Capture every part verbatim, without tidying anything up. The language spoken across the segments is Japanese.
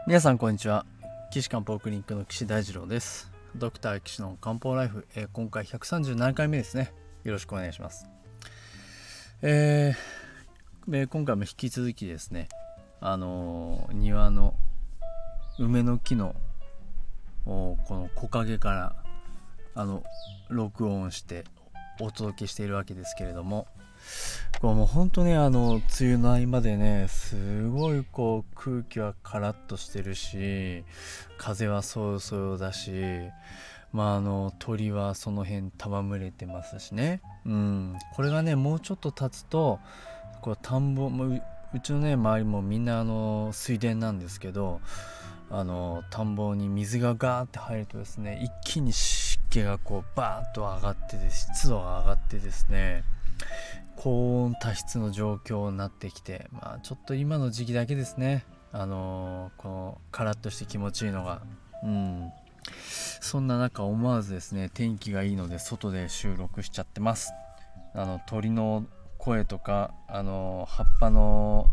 皆さんこんにちは。岸漢方クリニックの岸大二郎です。ドクター岸の漢方ライフ、えー、今回ひゃくさんじゅうななかいめですね。よろしくお願いします。えーえー、今回も引き続きですね、あのー、庭の梅の木のこの木陰からあの録音してお届けしているわけですけれども、こうもう本当ね、あの梅雨の合間でね、すごいこう空気はカラッとしてるし、風はそよそよだし、まああの鳥はその辺戯れてますしね。うん、これがねもうちょっと経つと、こう田んぼも う, うちのね周りもみんなあの水田なんですけど、あの田んぼに水がガーって入るとですね、一気に湿気がこうバーッと上がってで湿度が上がってですね、高温多湿の状況になってきて、まあちょっと今の時期だけですね、あのー、このカラッとして気持ちいいのが、うん、そんな中思わずですね、天気がいいので外で収録しちゃってます。あの鳥の声とか、あの葉っぱの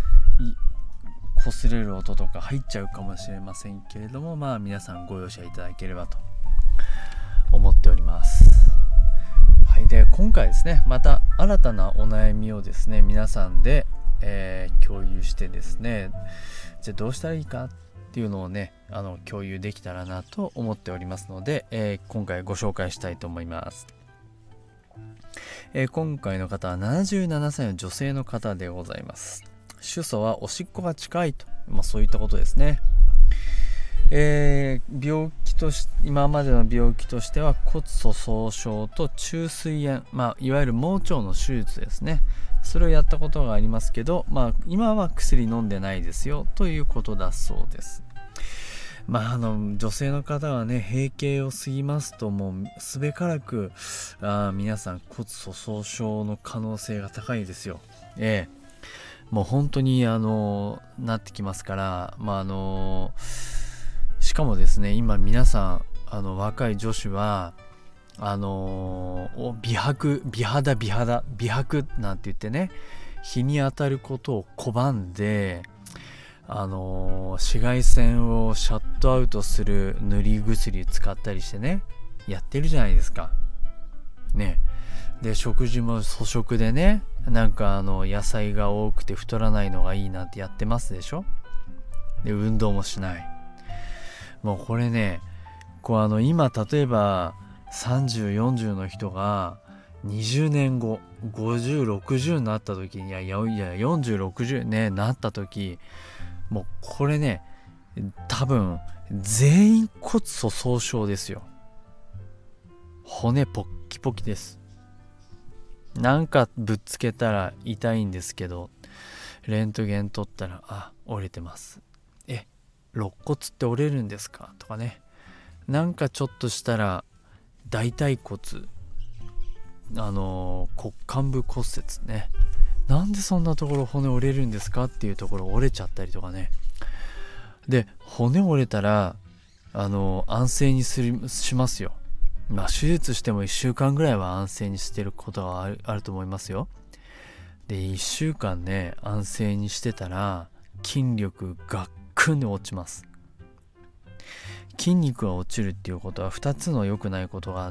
擦れる音とか入っちゃうかもしれませんけれども、まあ皆さんご容赦いただければと思っております。はい、で今回ですね、また新たなお悩みをですね皆さんで、えー、共有してですね、じゃあどうしたらいいかっていうのをね、あの共有できたらなと思っておりますので、えー、今回ご紹介したいと思います。えー、今回の方はななじゅうななさいの女性の方でございます。主訴はおしっこが近いと、まあ、そういったことですね。えー、病気とし今までの病気としては骨粗鬆症と虫垂炎、まあ、いわゆる盲腸の手術ですね。それをやったことがありますけど、まあ、今は薬飲んでないですよということだそうです。まあ、あの女性の方はね、閉経を過ぎますともうすべからくあ皆さん骨粗鬆症の可能性が高いですよ。ええもう本当にあのなってきますから、まああのしかもですね、今皆さんあの若い女子はあの美白美肌美肌美白なんて言ってね、日に当たることを拒んで、あの紫外線をシャットアウトする塗り薬使ったりしてね、やってるじゃないですかね。で食事も粗食でね、なんかあの野菜が多くて太らないのがいいなんてやってますでしょ。で運動もしない。もうこれね、こうあの今例えばさんじゅう、よんじゅうの人がにじゅうねんごごじゅう、ろくじゅうになった時に、いやいやいやよんじゅう、ろくじゅうねなった時、もうこれね多分全員骨粗鬆症ですよ。骨ポッキポキです。なんかぶっつけたら痛いんですけど、レントゲン取ったら、あ、折れてます。え、肋骨って折れるんですかとかね。なんかちょっとしたら大腿骨、あのー、骨幹部骨折ね。なんでそんなところ骨折れるんですかっていうところ折れちゃったりとかね。で骨折れたらあのー、安静にするしますよ。まあ手術してもいっしゅうかんぐらいは安静にしてることがある、あると思いますよ。でいっしゅうかんね安静にしてたら筋力がっくんで落ちます。筋肉が落ちるっていうことはふたつの良くないことがあって、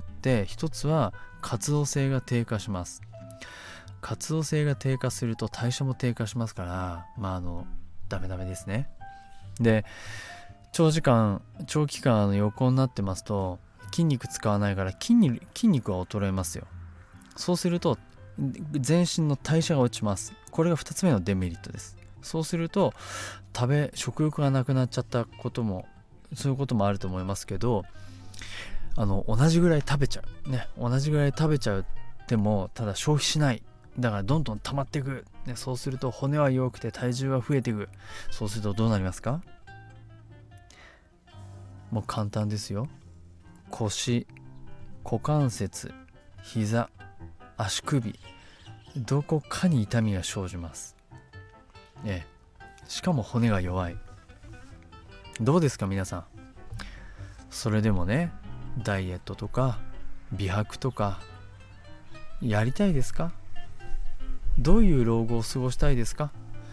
ひとつは活動性が低下します。活動性が低下すると代謝も低下しますから、まああのダメダメですね。で長時間長期間あの横になってますと筋肉使わないから筋肉、筋肉は衰えますよ。そうすると全身の代謝が落ちます。これがふたつめのデメリットです。そうすると食べ食欲がなくなっちゃったことも、そういうこともあると思いますけど、あの同じぐらい食べちゃうね、同じぐらい食べちゃうってもただ消費しない。だからどんどん溜まっていく、ね、そうすると骨は弱くて体重は増えていく。そうするとどうなりますか？もう簡単ですよ。腰、股関節、膝、足首、どこかに痛みが生じます。ええ、しかも骨が弱い。どうですか皆さん。それでもね、ダイエットとか美白とかやりたいですか？どういう老後を過ごしたいですか？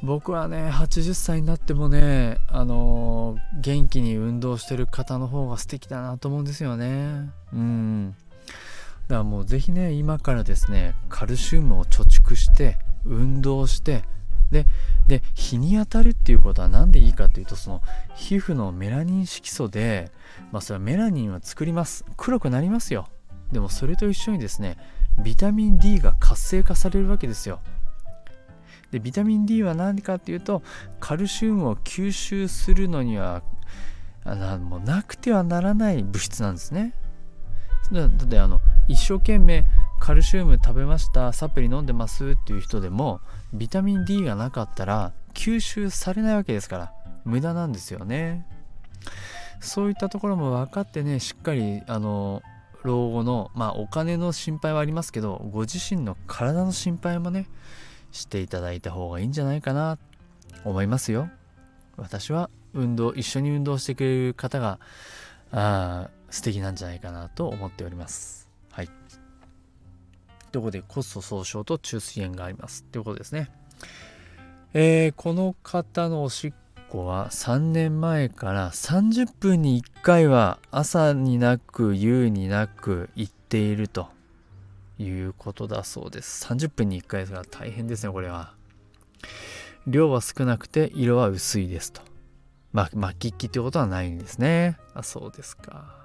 僕はねはちじゅっさいになってもねあのー、元気に運動してる方の方が素敵だなと思うんですよね。うんだからもうぜひね今からですねカルシウムを貯蓄して運動してでで日に当たるっていうことは何でいいかというと、その皮膚のメラニン色素で、まあそれはメラニンは作ります、黒くなりますよ。でもそれと一緒にですねビタミン ディー が活性化されるわけですよ。でビタミン ディー は何かっていうとカルシウムを吸収するのにはあのもうなくてはならない物質なんですね。だってあの一生懸命カルシウム食べましたサプリ飲んでますっていう人でもビタミン ディー がなかったら吸収されないわけですから無駄なんですよね。そういったところも分かってねしっかりあの老後のまあお金の心配はありますけどご自身の体の心配もねしていただいた方がいいんじゃないかなと思いますよ。私は運動一緒に運動してくれる方があ素敵なんじゃないかなと思っております。はい。ということで骨粗鬆症と虫垂炎がありますということですね。えー、この方のおしっこはさんねんまえからさんじゅっぷんにいっかいは朝になく夕になく行っているということだそうです。さんじゅっぷんにいっかいですから大変ですねこれは。量は少なくて色は薄いですと。まあ末期っていうことはないんですね。あ、そうですか。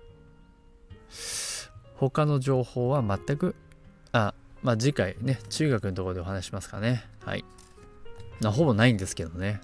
他の情報は全くあまあ次回ね中学のところでお話しますかね。はい。まあ、ほぼないんですけどね。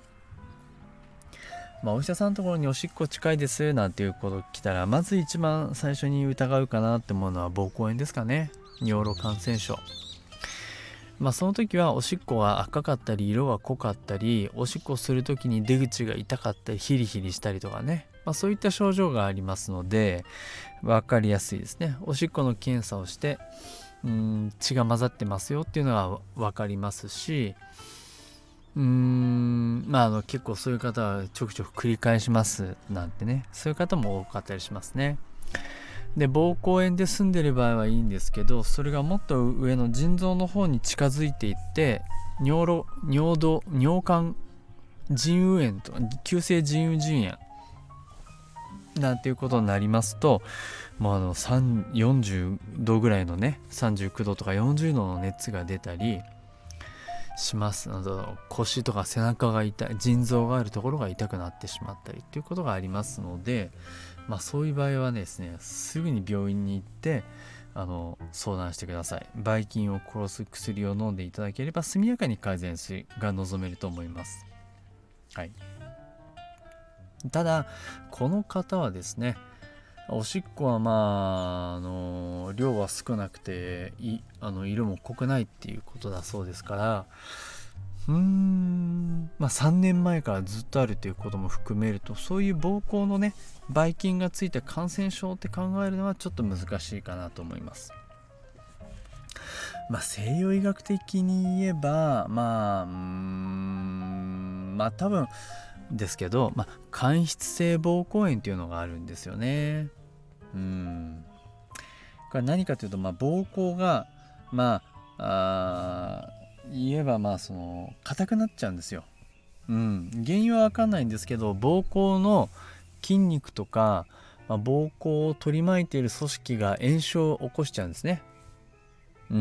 まあ、お医者さんのところにおしっこ近いですなんていうこと来たらまず一番最初に疑うかなって思うのは膀胱炎ですかね。尿路感染症。まあその時はおしっこが赤かったり色が濃かったりおしっこする時に出口が痛かったりヒリヒリしたりとかね、まあ、そういった症状がありますので分かりやすいですね。おしっこの検査をしてうーん血が混ざってますよっていうのが分かりますし、うーんまああの結構そういう方はちょくちょく繰り返しますなんてね、そういう方も多かったりしますね。で膀胱炎で済んでる場合はいいんですけど、それがもっと上の腎臓の方に近づいていって尿路尿道尿管腎盂炎と急性腎盂腎炎なんていうことになりますと、もうあのよんじゅうどぐらいのねさんじゅうきゅうどとかよんじゅうどの熱が出たりします。あの腰とか背中が痛い、腎臓があるところが痛くなってしまったりということがありますので、まあ、そういう場合はですねすぐに病院に行ってあの相談してください。ばい菌を殺す薬を飲んでいただければ速やかに改善が望めると思います。はい。ただこの方はですねおしっこはまあ、あの量は少なくていあの色も濃くないっていうことだそうですから、うーんまあさんねんまえからずっとあるということも含めるとそういう膀胱のねばい菌がついた感染症って考えるのはちょっと難しいかなと思います。まあ西洋医学的に言えばまあうーんまあ多分ですけど、まあ、間質性膀胱炎っていうのがあるんですよね。うんこれ何かというと、まあ、膀胱がまあ、あ言えばまあその硬くなっちゃうんですよ。うん、原因は分かんないんですけど膀胱の筋肉とか、まあ、膀胱を取り巻いている組織が炎症を起こしちゃうんですね。うん、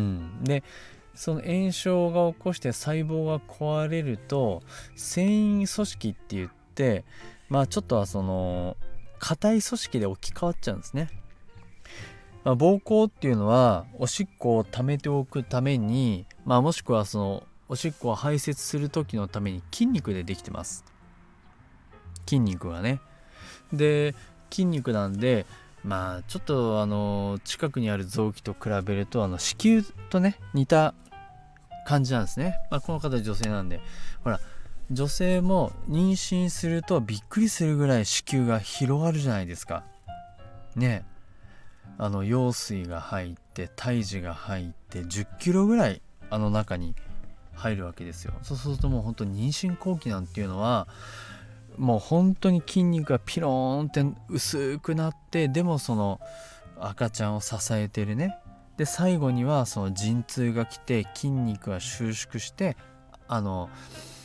でその炎症が起こして細胞が壊れると繊維組織って言ってまあちょっとはその硬い組織で置き換わっちゃうんですね。まあ、膀胱っていうのはおしっこを溜めておくために、まあ、もしくはそのおしっこを排泄する時のために筋肉でできてます。筋肉がね。で筋肉なんでまあちょっとあの近くにある臓器と比べるとあの子宮とね似た感じなんですね。まあ、この方女性なんでほら女性も妊娠するとびっくりするぐらい子宮が広がるじゃないですかね。あの羊水が入って胎児が入ってじゅっキロぐらいあの中に入るわけですよ。そうするともう本当に妊娠後期なんていうのはもう本当に筋肉がピローンって薄くなって、でもその赤ちゃんを支えてるね。で最後にはその陣痛が来て筋肉が収縮してあの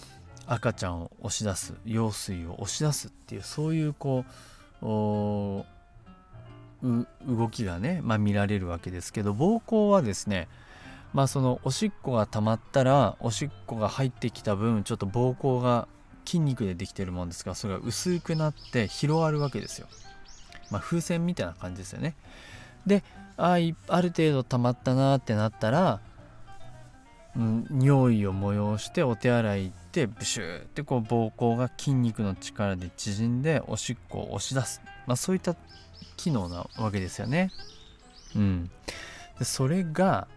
赤ちゃんを押し出す、羊水を押し出すっていう、そういうこう動きがね、まあ、見られるわけですけど、膀胱はですね、まあそのおしっこが溜まったら、おしっこが入ってきた分ちょっと膀胱が筋肉でできてるもんですが、それが薄くなって広がるわけですよ。まあ、風船みたいな感じですよね。で、あある程度溜まったなってなったら、うん、尿意を催してお手洗い行ってブシューってこう膀胱が筋肉の力で縮んでおしっこを押し出す、まあ、そういった機能なわけですよね。うん、でそれが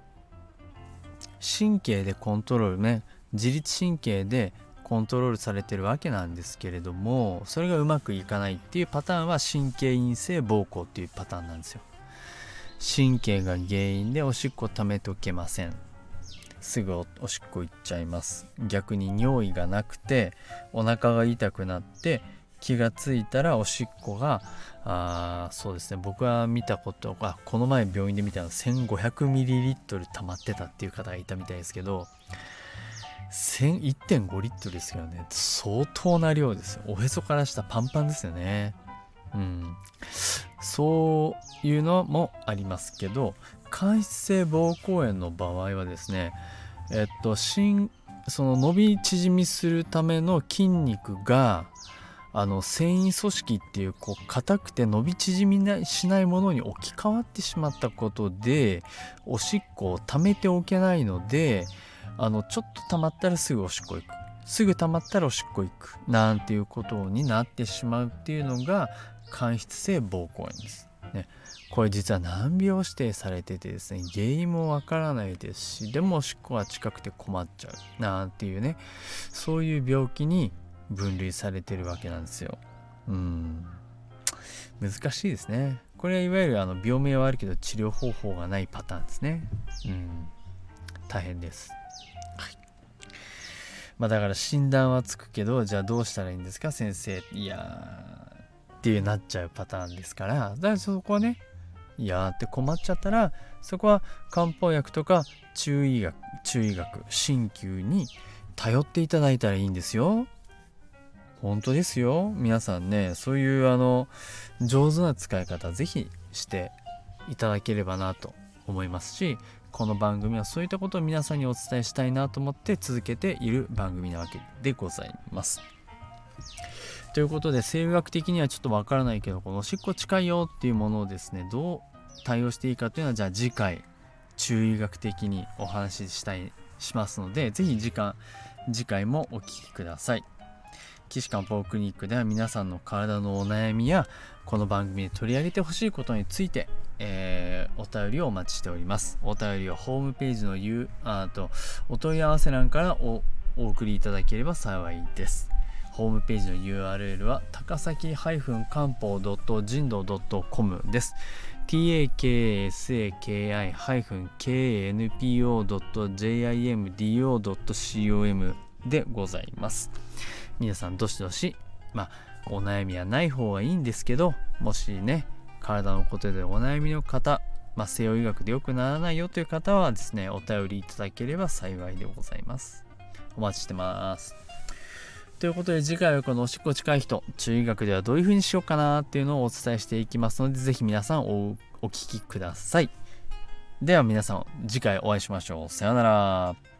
神経でコントロールね、自律神経でコントロールされてるわけなんですけれども、それがうまくいかないっていうパターンは神経陰性膀胱っていうパターンなんですよ。神経が原因でおしっこ溜めておけません。すぐ お, おしっこ行っちゃいます。逆に尿意がなくてお腹が痛くなって気がついたらおしっこがあそうですね僕は見たことが、この前病院で見たの せんごひゃくミリリットル 溜まってたっていう方がいたみたいですけど、いってんごリットルですけどね、相当な量ですよ。おへそから下パンパンですよね。うん、そういうのもありますけど、間質性膀胱炎の場合はですね、えっと心その伸び縮みするための筋肉があの繊維組織っていうこう硬くて伸び縮みなしないものに置き換わってしまったことで、おしっこを溜めておけないので、あのちょっと溜まったらすぐおしっこ行く、すぐ溜まったらおしっこ行くなんていうことになってしまうっていうのが間質性膀胱炎です、ね。これ実は難病指定されててですね、原因もわからないですし、でもおしっこが近くて困っちゃうなんていうね、そういう病気に分類されてるわけなんですよ。うーん難しいですね。これはいわゆるあの病名はあるけど治療方法がないパターンですね。うん大変です。はい。まあだから診断はつくけど、じゃあどうしたらいいんですか先生、いやーっていうなっちゃうパターンですから、だからそこはね、いやーって困っちゃったら、そこは漢方薬とか中医学中医学鍼灸に頼っていただいたらいいんですよ。本当ですよ。皆さんね、そういうあの上手な使い方ぜひしていただければなと思いますし、この番組はそういったことを皆さんにお伝えしたいなと思って続けている番組なわけでございます。ということで、生理学的にはちょっとわからないけど、このおしっこ近いよっていうものをですね、どう対応していいかというのは、じゃあ次回中医学的にお話ししたいしますので、ぜひ時間次回もお聞きください。岸漢方クリニックでは皆さんの体のお悩みやこの番組で取り上げてほしいことについて、えー、お便りをお待ちしております。お便りはホームページの U あとお問い合わせ欄から お, お送りいただければ幸いです。ホームページの ユーアールエル は高崎漢方 ジンド ドットコム です。タカサキ カンポ ドット ジンド ドット コム でございます。皆さんどしどし、まあお悩みはない方がいいんですけど、もしね体のことでお悩みの方、まあ、西洋医学でよくならないよという方はですね、お便りいただければ幸いでございます。お待ちしてます。ということで、次回はこのおしっこ近い人、中医学ではどういう風にしようかなっていうのをお伝えしていきますので、ぜひ皆さん お, お聞きください。では皆さん次回お会いしましょう。さようなら。